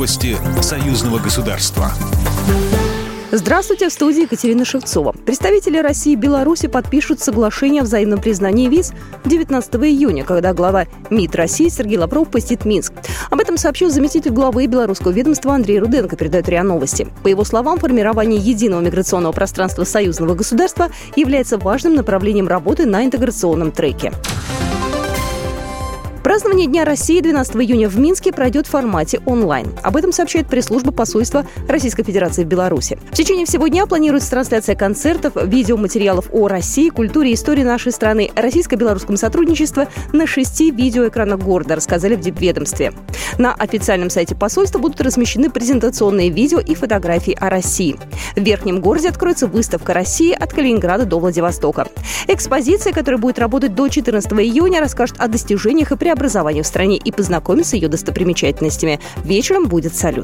Новости союзного государства. Здравствуйте, в студии Екатерина Шевцова. Представители России и Беларуси подпишут соглашение о взаимном признании виз 19 июня, когда глава МИД России Сергей Лавров посетит Минск. Об этом сообщил заместитель главы белорусского ведомства Андрей Руденко, передает РИА Новости. По его словам, формирование единого миграционного пространства союзного государства является важным направлением работы на интеграционном треке. Празднование Дня России 12 июня в Минске пройдет в формате онлайн. Об этом сообщает пресс-служба посольства Российской Федерации в Беларуси. В течение всего дня планируется трансляция концертов, видеоматериалов о России, культуре и истории нашей страны, российско-белорусском сотрудничестве на 6 видеоэкранах города, рассказали в дипведомстве. На официальном сайте посольства будут размещены презентационные видео и фотографии о России. В Верхнем городе откроется выставка России от Калининграда до Владивостока. Экспозиция, которая будет работать до 14 июня, расскажет о достижениях и преобразованию в стране и познакомить с ее достопримечательностями. Вечером будет салют.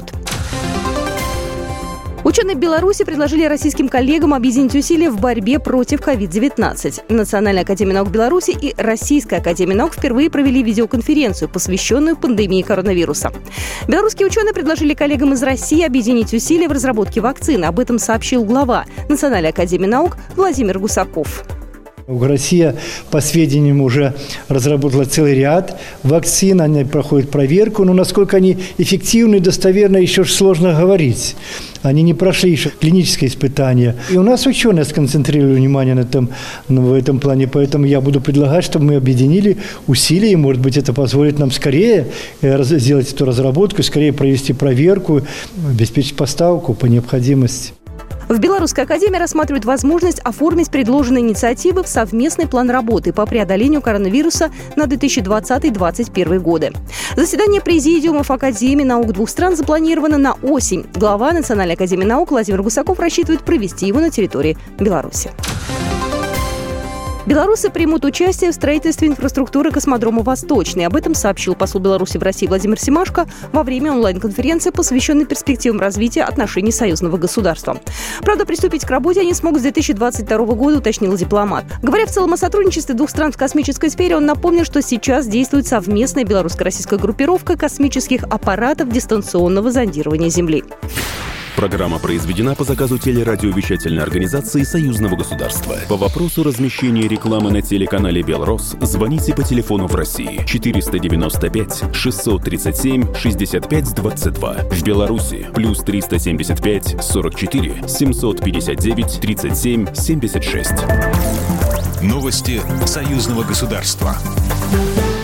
Ученые Беларуси предложили российским коллегам объединить усилия в борьбе против COVID-19. Национальная академия наук Беларуси и Российская академия наук впервые провели видеоконференцию, посвященную пандемии коронавируса. Белорусские ученые предложили коллегам из России объединить усилия в разработке вакцины. Об этом сообщил глава Национальной академии наук Владимир Гусаков. Россия, по сведениям, уже разработала целый ряд вакцин, они проходят проверку, но насколько они эффективны и достоверны, еще сложно говорить. Они не прошли еще клиническое испытание. И у нас ученые сконцентрировали внимание в этом плане, поэтому я буду предлагать, чтобы мы объединили усилия, и, может быть, это позволит нам скорее сделать эту разработку, скорее провести проверку, обеспечить поставку по необходимости. В Белорусской академии рассматривают возможность оформить предложенные инициативы в совместный план работы по преодолению коронавируса на 2020-2021 годы. Заседание президиумов Академии наук двух стран запланировано на осень. Глава Национальной академии наук Владимир Гусаков рассчитывает провести его на территории Беларуси. Белорусы примут участие в строительстве инфраструктуры космодрома «Восточный». Об этом сообщил посол Беларуси в России Владимир Семашко во время онлайн-конференции, посвященной перспективам развития отношений союзного государства. Правда, приступить к работе они смогут с 2022 года, уточнил дипломат. Говоря в целом о сотрудничестве двух стран в космической сфере, он напомнил, что сейчас действует совместная белорусско-российская группировка космических аппаратов дистанционного зондирования Земли. Программа произведена по заказу телерадиовещательной организации Союзного государства. По вопросу размещения рекламы на телеканале «Белрос» звоните по телефону в России 495 637 65 22. В Беларуси плюс 375 44 759 37 76. Новости союзного государства.